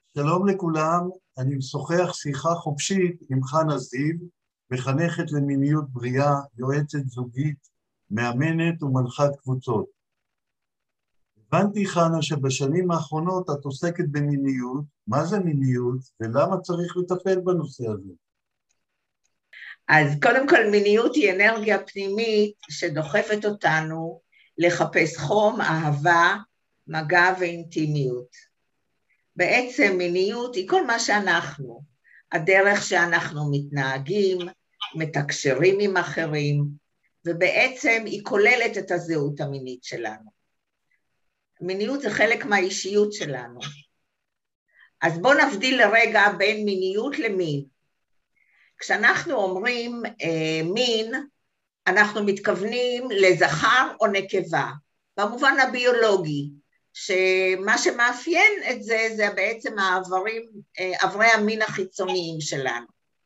שלום לכולם, אני משוחח שיחה חופשית עם חנה זיו, מחנכת למיניות בריאה, יועצת זוגית, מאמנת ומנחת קבוצות. הבנתי, חנה, שבשנים האחרונות את עוסקת במיניות. מה זה מיניות ולמה צריך לטפל בנושא הזה? אז קודם כל, מיניות היא אנרגיה פנימית שדוחפת אותנו לחפש חום, אהבה, מגע ואינטימיות. בעצם מיניות היא כל מה שאנחנו, הדרך שאנחנו מתנהגים, מתקשרים עם אחרים, ובעצם היא כוללת את הזהות המינית שלנו. מיניות זה חלק מהאישיות שלנו. אז בואו נבדיל לרגע בין מיניות למין. כשאנחנו אומרים מין, אנחנו מתכוונים לזכר או נקבה, במובן הביולוגי, שמה שמאפיין את זה, זה בעצם עברי המין החיצוניים שלנו.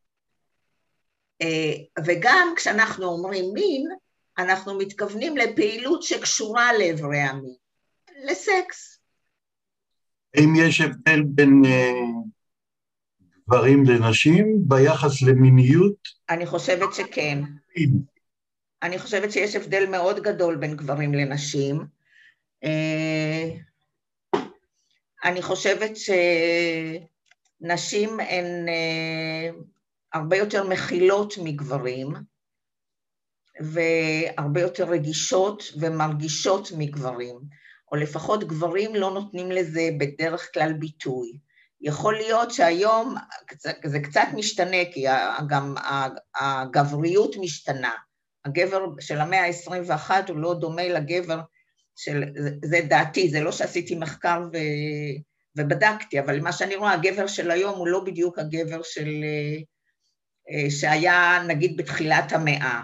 וגם כשאנחנו אומרים מין, אנחנו מתכוונים לפעילות שקשורה לעברי המין, לסקס. האם יש הבדל בין גברים לנשים ביחס למיניות? אני חושבת שכן. אני חושבת שיש הבדל מאוד גדול בין גברים לנשים. אני חושבת שנשים הן הרבה יותר מכילות מגברים, והרבה יותר רגישות ומרגישות מגברים, או לפחות גברים לא נותנים לזה בדרך כלל ביטוי. יכול להיות שהיום זה קצת משתנה, כי גם הגבריות משתנה. הגבר של המאה ה-21 הוא לא דומה לגבר זה דעתי, זה לא שעשיתי מחקר ובדקתי, אבל מה שאני רואה, הגבר של היום הוא לא בדיוק הגבר שהיה נגיד בתחילת המאה.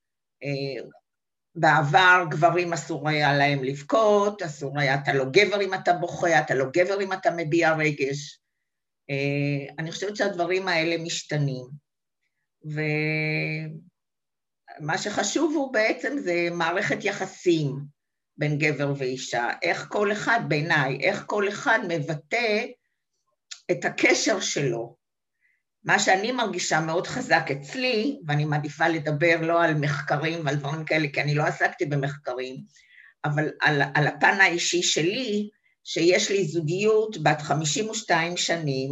בעבר גברים אסור היה להם לבכות, אסור היה, אתה לא גבר אם אתה בוכה, אתה לא גבר אם אתה מביע רגש. אני חושבת שהדברים האלה משתנים. ומה שחשוב הוא בעצם זה מערכת יחסים בין גבר ואישה, איך כל אחד בעיניי, איך כל אחד מבטא את הקשר שלו. מה שאני מרגישה מאוד חזק אצלי, ואני מעדיפה לדבר לא על מחקרים ועל דברים כאלה, כי אני לא עסקתי במחקרים, אבל על הפן האישי שלי, שיש לי זוגיות בת 52 שנים,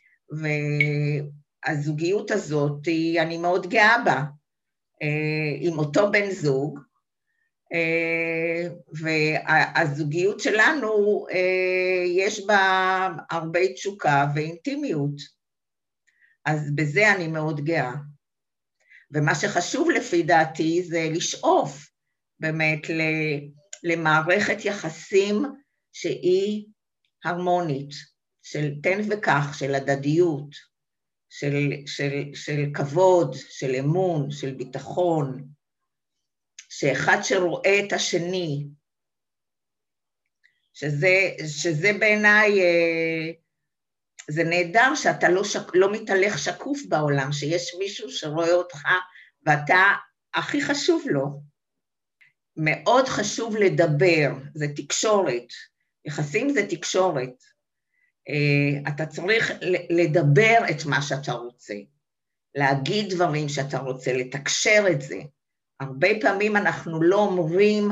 והזוגיות הזאת, אני מאוד גאה בה, עם אותו בן זוג, והזוגיות שלנו יש בה הרבה תשוקה ואינטימיות, אז בזה אני מאוד גאה. ומה שחשוב לפי דעתי זה לשאוף באמת למערכת יחסים שהיא הרמונית, של תן וכך, של הדדיות, של כבוד, של אמון, של ביטחון, שאחד שרואה את השני, שזה בעיניי, זה נהדר שאתה לא מתהלך שקוף בעולם, שיש מישהו שרואה אותך ואתה הכי חשוב לו. מאוד חשוב לדבר, זה תקשורת, יחסים זה תקשורת. אתה צריך לדבר את מה שאתה רוצה, להגיד דברים שאתה רוצה, לתקשר את זה. הרבה פעמים אנחנו לא אומרים,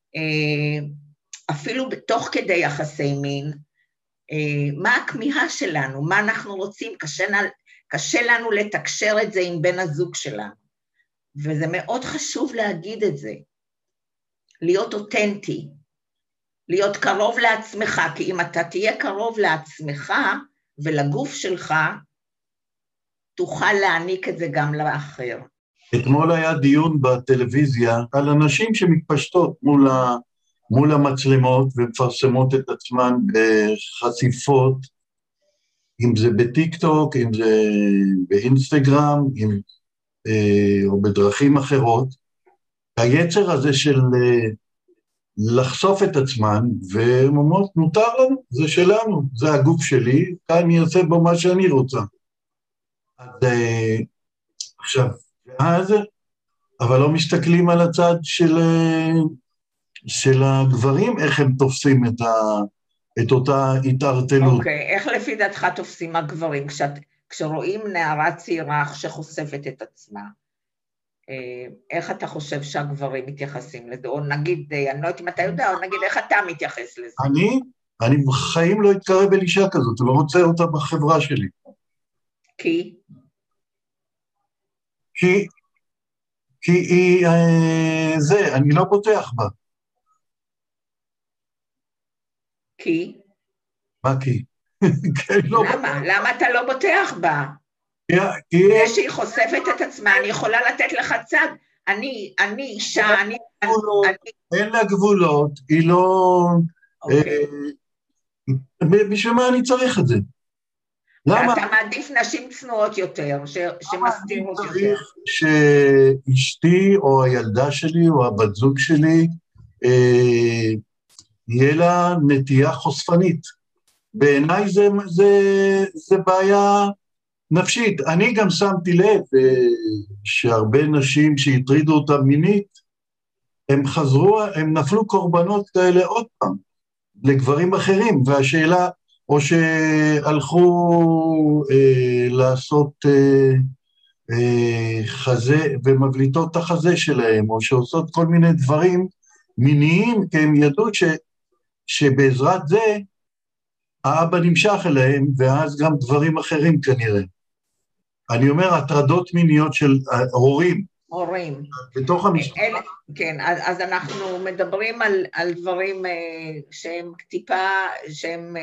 אפילו בתוך כדי יחסי מין, מה הכמיהה שלנו, מה אנחנו רוצים, קשה לנו לתקשר את זה עם בן הזוג שלנו. וזה מאוד חשוב להגיד את זה, להיות אותנטי, להיות קרוב לעצמך, כי אם אתה תהיה קרוב לעצמך ולגוף שלך, תוכל להעניק את זה גם לאחר. אתמול היה דיון בטלוויזיה על אנשים שמתפשטות מול המצלמות ומפרסמות את עצמן בחשיפות, אם זה בטיק-טוק, אם זה באינסטגרם, או בדרכים אחרות. היצר הזה של לחשוף את עצמן, והן אומרות, מותר לנו, זה שלנו, זה הגוף שלי, כאן אני אעשה בו מה שאני רוצה. אז עכשיו, אבל לא מסתכלים על הצד של הגברים, איך הם תופסים את אותה התערטלות. אוקיי, איך לפי דעתך תופסים הגברים, כשרואים נערה צעירה שחושפת את עצמה, איך אתה חושב שהגברים מתייחסים לזה? או נגיד, אני לא יודעת אם אתה יודע, או נגיד איך אתה מתייחס לזה? אני בחיים לא אתקרב אל אישה כזאת, אני לא רוצה אותה בחברה שלי. כי? כי היא, אני לא פותח בה. כי? מה כי? למה? למה אתה לא בוטח בה? זה שהיא חושפת את עצמה, אני יכולה לתת לך צד. אני אישה, אין לה גבולות, היא לא... בשביל מה אני צריך את זה? למה? ואתה מעדיף נשים צנועות יותר, שמסתירות יותר. אני צריך שאשתי או הילדה שלי או הבת זוג שלי יהיה לה נטייה חושפנית. בעיניי זה בעיה נפשית. אני גם שמתי לב שהרבה נשים שהטרידו אותם מינית, הם נפלו קורבנות כאלה עוד פעם, לגברים אחרים, והשאלה, או שהלכו לעשות חזה, ומבליטות את החזה שלהם, או שעושות כל מיני דברים מיניים, כי הם ידעו שבעזרת זה, האבא נמשך אליהם, ואז גם דברים אחרים כנראה. אני אומר, הטרדות מיניות של הורים. הורים. בתוך המשפחה. כן, אז אנחנו מדברים על דברים שהם טיפה, שהם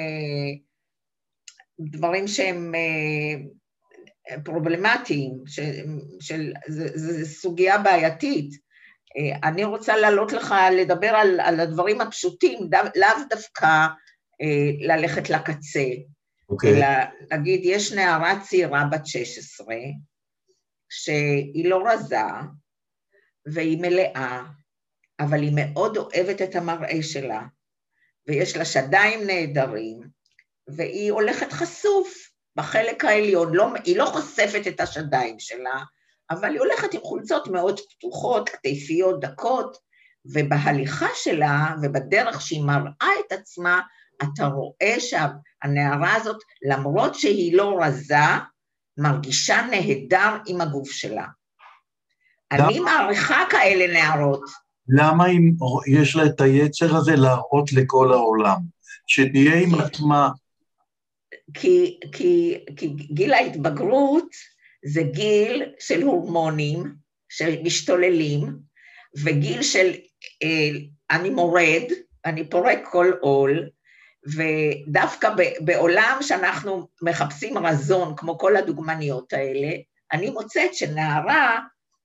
דברים שהם פרובלמטיים, זו סוגיה בעייתית. אני רוצה לעלות לך לדבר על הדברים הפשוטים, לאו דווקא ללכת לקצה. אלא להגיד, יש נערה צעירה בת 16, שהיא לא רזה, והיא מלאה, אבל היא מאוד אוהבת את המראה שלה, ויש לה שדיים נהדרים, והיא הולכת חשוף בחלק העליון, היא לא חושפת את השדיים שלה, אבל היא הולכת עם חולצות מאוד פתוחות, כתפיות דקות, ובהליכה שלה, ובדרך שהיא מראה את עצמה, אתה רואה שהנערה הזאת, למרות שהיא לא רזה, מרגישה נהדר עם הגוף שלה. אני מעריכה כאלה נערות. למה יש לה את היצר הזה להראות לכל העולם? שתהיה עם עצמה. כי גיל ההתבגרות זה גיל של הורמונים שמשתוללים, וגיל של אני מורד, אני פורק כל עול, ודווקא בעולם שאנחנו מחפשים רזון, כמו כל הדוגמניות האלה, אני מוצאת שנערה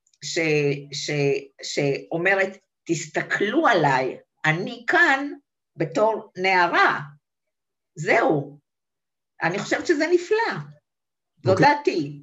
שאומרת, תסתכלו עליי, אני כאן בתור נערה, זהו. אני חושבת שזה נפלא, זו דעתי.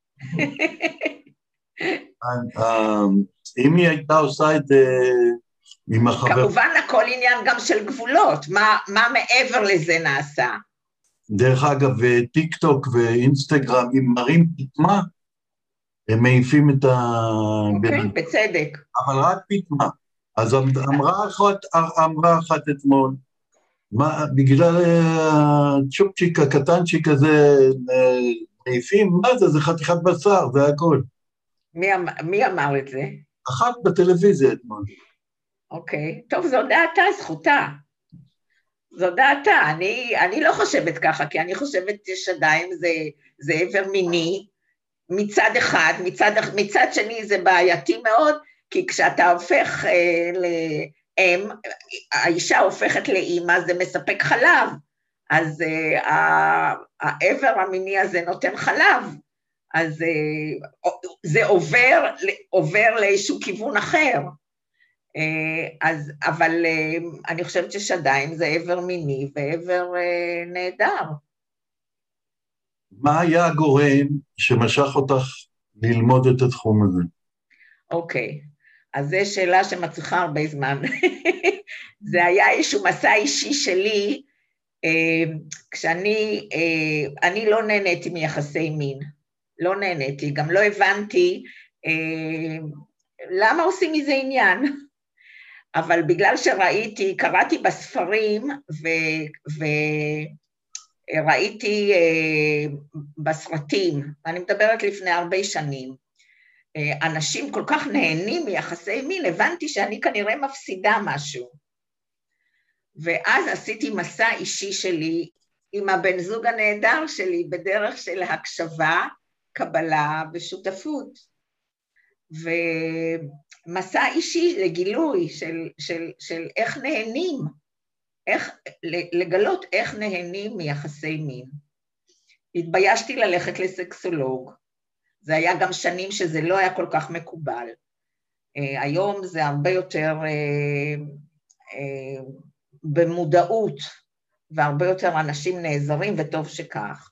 אם היא הייתה עושה את זה עם החבר... כמובן הכל עניין גם של גבולות, מה מעבר לזה נעשה? דרך אגב, טיק טוק ואינסטגרם, אם מראים פתמה, הם מעיפים את כן, בצדק. אבל רק פתמה. אז אמרה אחת אתמול, בגלל הצ'ופצ'יק הקטנצ'יק הזה מעיפים, מה זה? זה חתיכת בשר, זה הכל. מי אמר את זה? אחת בטלוויזיה אתמול. אוקיי, טוב, זו דעתה, זכותה. זו דעתה, אני לא חושבת ככה, כי אני חושבת ששדיים זה עבר מיני, מצד אחד, מצד שני זה בעייתי מאוד, כי כשאתה הופך לאם, האישה הופכת לאמא, זה מספק חלב, אז העבר המיני הזה נותן חלב, אז זה עובר לאיזשהו כיוון אחר, אבל אני חושבת ששדיים זה עבר מיני ועבר נהדר. מה היה הגורם שמשך אותך ללמוד את התחום הזה? אוקיי, אז זו שאלה שמצריכה הרבה זמן. זה היה איזשהו מסע אישי שלי, אני לא נהניתי מיחסי מין, לא נהניתי, גם לא הבנתי למה עושים מזה עניין. אבל בגלל קראתי בספרים, וראיתי בסרטים, אני מדברת לפני הרבה שנים, אנשים כל כך נהנים מיחסי מין, הבנתי שאני כנראה מפסידה משהו. ואז עשיתי מסע אישי שלי עם הבן זוג הנהדר שלי, בדרך של הקשבה, קבלה ושותפות. ומסע אישי לגילוי של איך נהנים, לגלות איך נהנים מיחסי מין. התביישתי ללכת לסקסולוג, זה היה גם שנים שזה לא היה כל כך מקובל. היום זה הרבה יותר במודעות, והרבה יותר אנשים נעזרים, וטוב שכך.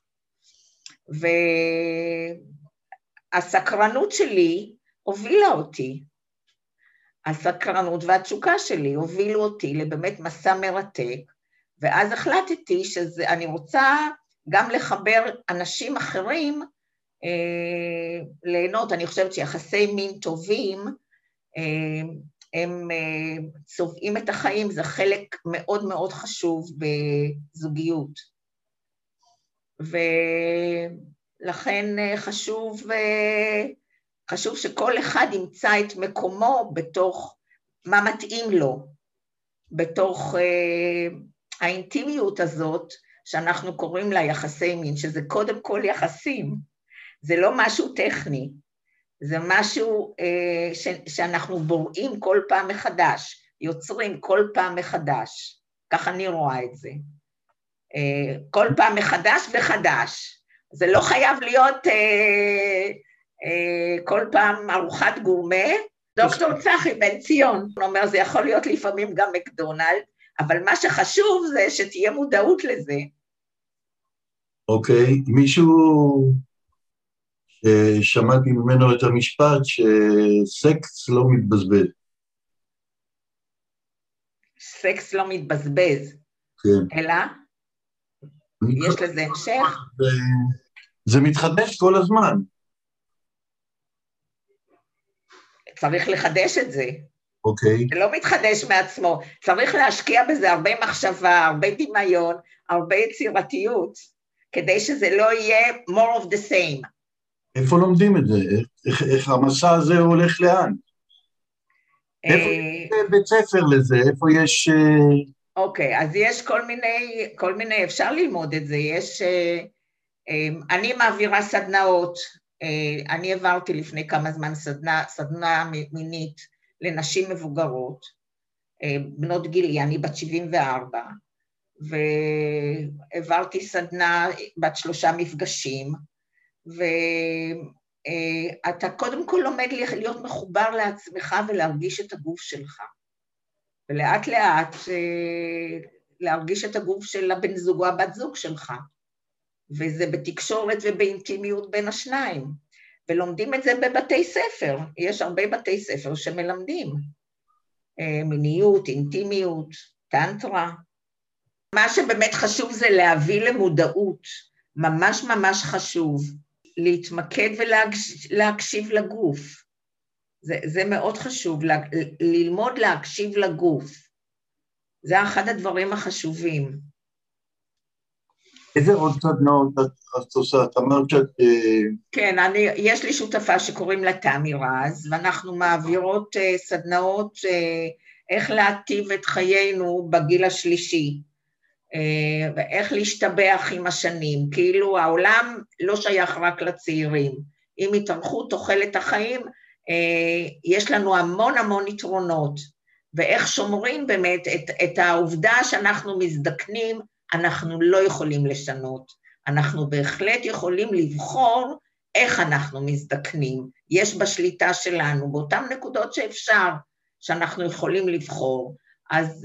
והסקרנות שלי הובילה אותי, הסקרנות והתשוקה שלי הובילו אותי לבאמת מסע מרתק, ואז החלטתי שאני רוצה גם לחבר אנשים אחרים ליהנות. אני חושבת שיחסי מין טובים, הם צובעים את החיים, זה חלק מאוד מאוד חשוב בזוגיות. ולכן חשוב שכל אחד ימצא את מקומו בתוך מה מתאים לו, בתוך האינטימיות הזאת שאנחנו קוראים לה יחסי מין, שזה קודם כל יחסים, זה לא משהו טכני, זה משהו שאנחנו בוראים כל פעם מחדש, יוצרים כל פעם מחדש, כך אני רואה את זה. כל פעם מחדש וחדש, זה לא חייב להיות כל פעם ארוחת גורמה. דוקטור צחי בן ציון אומר, זה יכול להיות לפעמים גם מקדונלד, אבל מה שחשוב זה שתהיה מודעות לזה. אוקיי, מישהו שמעתי ממנו את המשפט שסקס לא מתבזבז. סקס לא מתבזבז. כן. אלא? יש לזה המשך? זה מתחדש כל הזמן. צריך לחדש את זה. אוקיי. זה לא מתחדש מעצמו, צריך להשקיע בזה הרבה מחשבה, הרבה דמיון, הרבה יצירתיות, כדי שזה לא יהיה more of the same. איפה לומדים את זה? איך המסע הזה הולך לאן? איפה יש בית ספר לזה? איפה יש... אוקיי, אז יש כל מיני, אפשר ללמוד את זה, אני מעבירה סדנאות, אני העברתי לפני כמה זמן סדנה מינית לנשים מבוגרות, בנות גילי, אני בת 74, והעברתי סדנה בת 3 מפגשים, ואתה קודם כל לומד להיות מחובר לעצמך ולהרגיש את הגוף שלך, ולאט לאט להרגיש את הגוף של הבן זוג או הבת זוג שלך, וזה בתקשורת ובאינטימיות בין השניים, ולומדים את זה בבתי ספר, יש הרבה בתי ספר שמלמדים, מיניות, אינטימיות, טנטרה. מה שבאמת חשוב זה להביא למודעות, ממש ממש חשוב, להתמקד ולהקשיב לגוף, זה מאוד חשוב, ללמוד להקשיב לגוף, זה אחד הדברים החשובים. איזה עוד סדנאות את עושה? את אמרת שאת... כן, יש לי שותפה שקוראים לה תמי רז, ואנחנו מעבירות סדנאות איך להטיב את חיינו בגיל השלישי, ואיך להשתבח עם השנים, כאילו העולם לא שייך רק לצעירים, אם התארכות תוחלת החיים, יש לנו המון המון יתרונות, ואיך שומרים באמת את העובדה שאנחנו מזדקנים, אנחנו לא יכולים לשנות, אנחנו בהחלט יכולים לבחור איך אנחנו מזדקנים, יש בשליטה שלנו, באותן נקודות שאפשר, שאנחנו יכולים לבחור, אז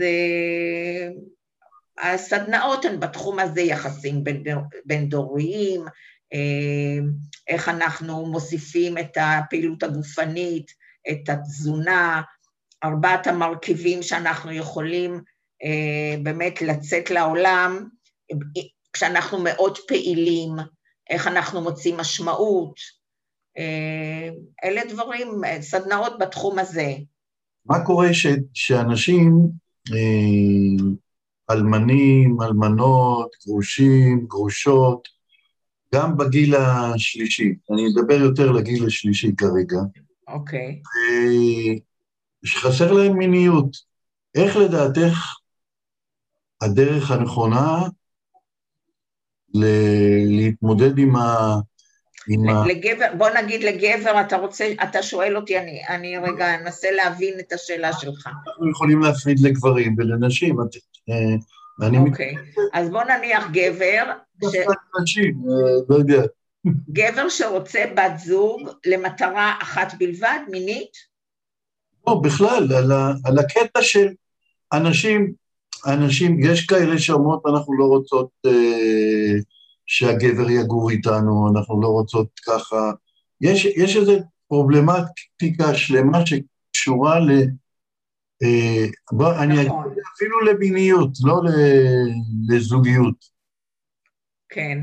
הסדנאות הן בתחום הזה, יחסים בין דוריים, איך אנחנו מוסיפים את הפעילות הגופנית, את התזונה, 4 המרכיבים שאנחנו יכולים באמת לצאת לעולם, כשאנחנו מאוד פעילים, איך אנחנו מוצאים משמעות, אלה דברים, סדנאות בתחום הזה. מה קורה שאנשים, אלמנים, אלמנות, גרושים, גרושות, גם בגיל השלישי, אני אדבר יותר לגיל השלישי כרגע, אוקיי. שחסר להם מיניות. איך לדעתך הדרך הנכונה להתמודד לגבר, בוא נגיד לגבר, אתה שואל אותי, אני רגע אנסה להבין את השאלה שלך. אנחנו יכולים להפריד לגברים ולנשים. אוקיי, אז בוא נניח גבר, לא יודע. גבר שרוצה בת זוג למטרה אחת בלבד, מינית? לא, בכלל, על הקטע של אנשים, יש כאלה שאומרות, אנחנו לא רוצות שהגבר יגור איתנו, אנחנו לא רוצות ככה. יש איזו פרובלמטיקה שלמה שקשורה אני אגיד אפילו למיניות, לא לזוגיות. כן,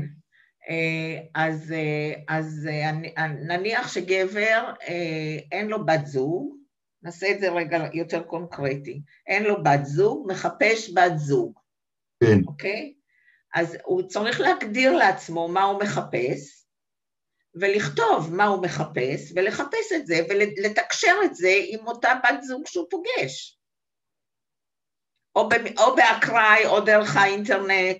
אז נניח שגבר אין לו בת זוג, נעשה את זה רגע יותר קונקרטי, אין לו בת זוג, מחפש בת זוג. כן. אוקיי? אז הוא צריך להגדיר לעצמו מה הוא מחפש, ולכתוב מה הוא מחפש, ולחפש את זה, ולתקשר את זה עם אותה בת זוג שהוא פוגש. או באקראי, או דרך האינטרנט,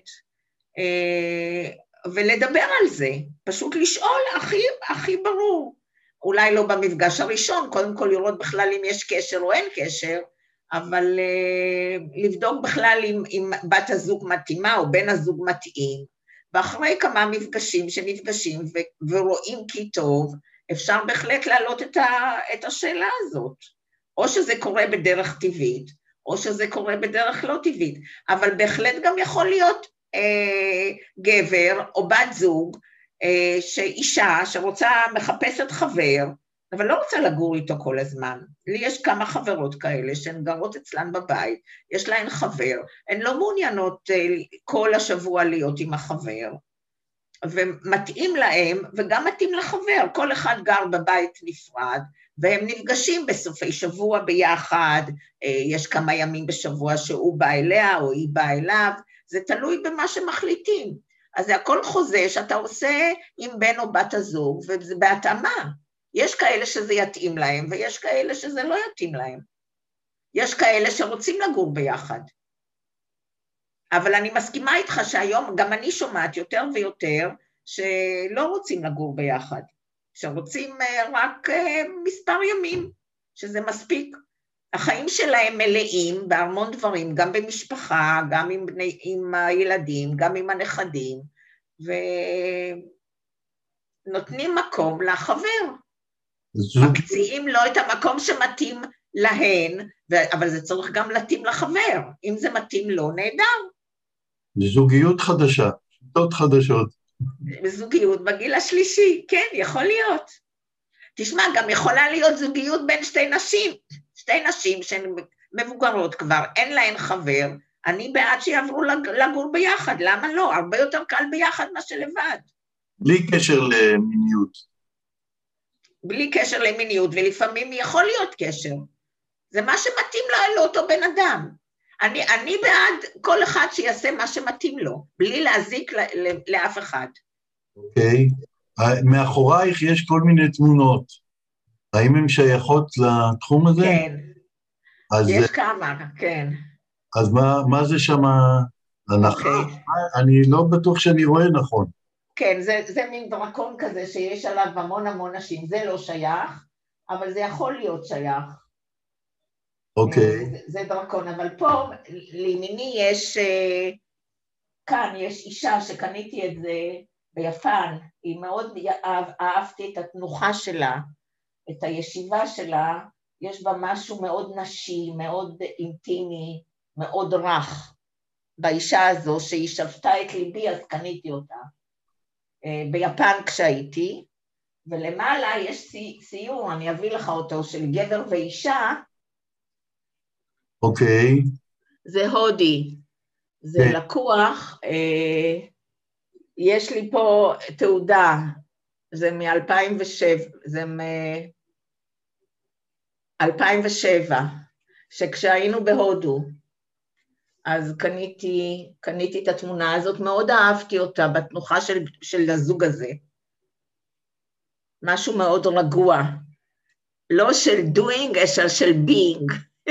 ולדבר על זה, פשוט לשאול הכי ברור. אולי לא במפגש הראשון, קודם כל לראות בכלל אם יש קשר או אין קשר, אבל לבדוק בכלל אם בת הזוג מתאימה או בן הזוג מתאים, ואחרי כמה מפגשים שנפגשים ורואים כי טוב, אפשר בהחלט להעלות את השאלה הזאת, או שזה קורה בדרך טבעית, או שזה קורה בדרך לא טבעית, אבל בהחלט גם יכול להיות גבר או בת זוג, שאישה שרוצה מחפשת חבר, אבל לא רוצה לגור איתו כל הזמן. לי יש כמה חברות כאלה שהן גרות אצלן בבית, יש להן חבר, הן לא מעוניינות כל השבוע להיות עם החבר, ומתאים להם וגם מתאים לחבר, כל אחד גר בבית נפרד, והם נפגשים בסופי שבוע ביחד, יש כמה ימים בשבוע שהוא בא אליה או היא באה אליו, זה תלוי במה שמחליטים. אז זה הכל חוזה שאתה עושה עם בן או בת הזוג, וזה בהתאמה. יש כאלה שזה יתאים להם, ויש כאלה שזה לא יתאים להם. יש כאלה שרוצים לגור ביחד. אבל אני מסכימה איתך שהיום, גם אני שומעת יותר ויותר, שלא רוצים לגור ביחד, שרוצים רק מספר ימים, שזה מספיק. החיים שלהם מלאים בהמון דברים, גם במשפחה, גם עם הילדים, גם עם הנכדים, ונותנים מקום לחבר. מקציעים לו את המקום שמתאים להן, אבל זה צריך גם להתאים לחבר. אם זה מתאים לו, נהדר. זוגיות חדשה, שיטות חדשות. זוגיות בגיל השלישי, כן, יכול להיות. תשמע, גם יכולה להיות זוגיות בין שתי נשים שהן מבוגרות כבר, אין להן חבר, אני בעד שיעברו לגור ביחד, למה לא? הרבה יותר קל ביחד מה שלבד. בלי קשר למיניות. בלי קשר למיניות, ולפעמים יכול להיות קשר. זה מה שמתאים לאותו בן אדם. אני בעד כל אחד שיעשה מה שמתאים לו, בלי להזיק לאף אחד. אוקיי. מאחורייך יש כל מיני תמונות. האם הן שייכות לתחום הזה? כן. יש כמה, כן. אז מה זה שם הנחה? אני לא בטוח שאני רואה נכון. כן, זה מין דרקון כזה שיש עליו המון נשים, זה לא שייך, אבל זה יכול להיות שייך. אוקיי. זה דרקון, אבל פה לימיני יש, כאן יש אישה שקניתי את זה ביפן, היא מאוד אהבתי את התנוחה שלה, את הישיבה שלה, יש בה משהו מאוד נשי, מאוד אינטימי, מאוד רך, באישה הזו שהיא שבתה את ליבי, אז קניתי אותה. ביפן כשהייתי, ולמעלה יש ציור, אני אביא לך אותו, של גבר ואישה. אוקיי. זה הודי, זה לקוח, יש לי פה תעודה, זה מ-2007, זה מ-2007, שכשהיינו בהודו, אז קניתי את התמונה הזאת, מאוד אהבתי אותה בתנוחה של הזוג הזה. משהו מאוד רגוע, לא של doing, אלא של being.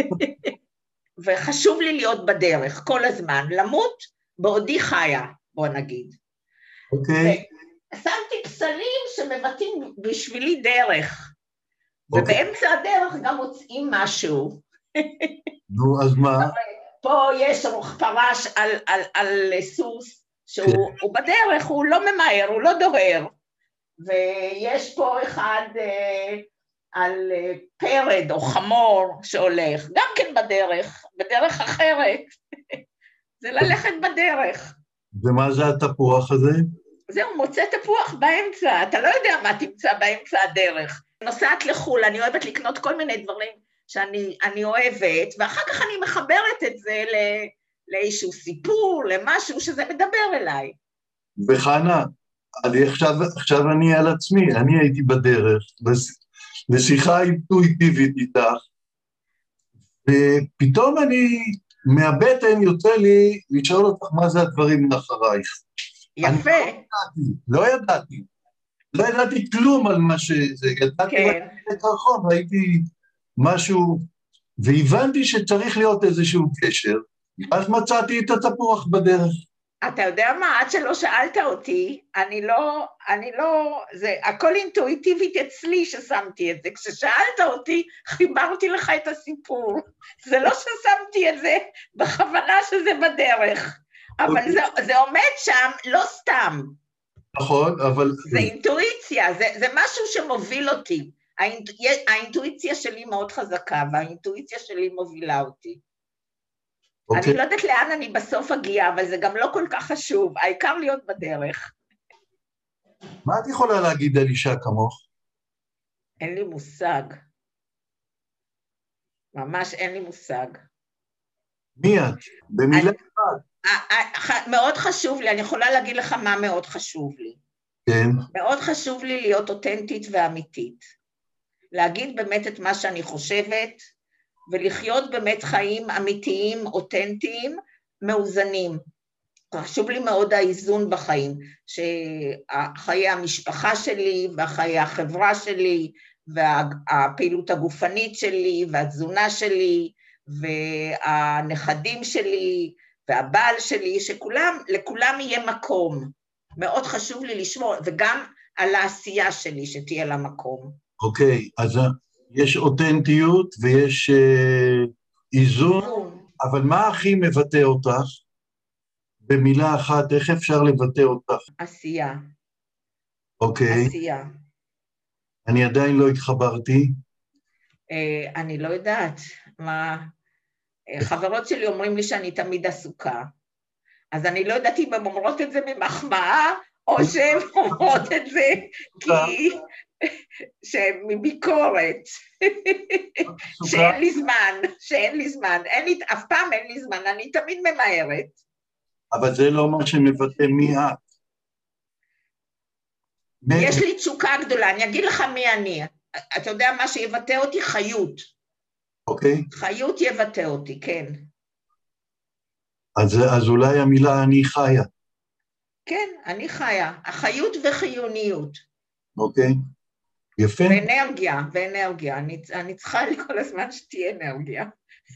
וחשוב לי להיות בדרך כל הזמן, למות בעודי חיה, בוא נגיד. אוקיי. שמתי פסלים שמבטאים בשבילי דרך, ובאמצע הדרך גם מוצאים משהו. נו, אז מה? פה יש רוח פרש על סוס, שהוא בדרך, הוא לא ממהר, הוא לא דוהר, ויש פה אחד על פרד או חמור שהולך, גם כן בדרך אחרת, זה ללכת בדרך. ומה זה התפוח הזה? זהו, מוצא תפוח באמצע, אתה לא יודע מה תמצא באמצע הדרך. נוסעת לחול, אני אוהבת לקנות כל מיני דברים שאני אוהבת, ואחר כך אני מחברת את זה לאיזשהו סיפור, למשהו שזה מדבר אליי. וחנה, עכשיו אני על עצמי, אני הייתי בדרך, לשיחה אינטואיטיבית איתך, ופתאום מהבטן יוצא לי לשאול אותך מה זה הדברים מאחרייך. יפה. לא ידעתי כלום על מה שזה, ידעתי רק את הרחוב, ראיתי משהו, והבנתי שצריך להיות איזשהו קשר, אז מצאתי את התפוח בדרך. אתה יודע מה, עד שלא שאלת אותי, אני לא, זה הכל אינטואיטיבית אצלי ששמתי את זה, כששאלת אותי, חיברתי לך את הסיפור, זה לא ששמתי את זה בכוונה שזה בדרך, אבל זה עומד שם לא סתם. נכון, אבל... זה אינטואיציה, זה משהו שמוביל אותי, האינטואיציה שלי מאוד חזקה, והאינטואיציה שלי מובילה אותי. אני לא יודעת לאן אני בסוף אגיע, אבל זה גם לא כל כך חשוב, העיקר להיות בדרך. מה את יכולה להגיד על אישה כמוך? אין לי מושג. ממש אין לי מושג. מי את? במילה אחת. מאוד חשוב לי, אני יכולה להגיד לך מה מאוד חשוב לי. כן. מאוד חשוב לי להיות אותנטית ואמיתית. להגיד באמת את מה שאני חושבת, ולחיות באמת חיים אמיתיים, אותנטיים, מאוזנים. חשוב לי מאוד האיזון בחיים, שחיי המשפחה שלי, וחיי החברה שלי, והפעילות הגופנית שלי, והתזונה שלי, והנכדים שלי, והבעל שלי, לכולם יהיה מקום. מאוד חשוב לי לשמור, וגם על העשייה שלי שתהיה לה מקום. אוקיי, אז יש אותנטיות ויש איזון, אבל מה הכי מבטא אותך? במילה אחת, איך אפשר לבטא אותך? עשייה. אוקיי. עשייה. אני עדיין לא התחברתי. אני לא יודעת מה... חברות שלי אומרים לי שאני תמיד עסוקה, אז אני לא יודעת אם הן אומרות את זה ממחמאה, או שהן אומרות את זה כי... מביקורת, שאין לי זמן, אף פעם אין לי זמן, אני תמיד ממהרת. אבל זה לא מה שמבטא מי את. יש לי תשוקה גדולה, אני אגיד לך מי אני, אתה יודע מה שיבטא אותי? חיות. אוקיי. חיות יבטא אותי, כן. אז אולי המילה אני חיה. כן, אני חיה, החיות וחיוניות. אוקיי. יפה. ואנרגיה, אני צריכה לי כל הזמן שתהיה אנרגיה.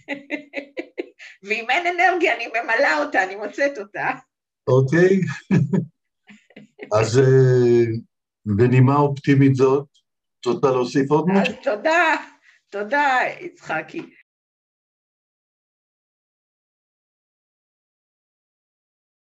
ואם אין אנרגיה, אני ממלאה אותה, אני מוצאת אותה. אוקיי. אז בנימה אופטימית זאת, תודה להוסיף עוד משהו? תודה, יצחקי.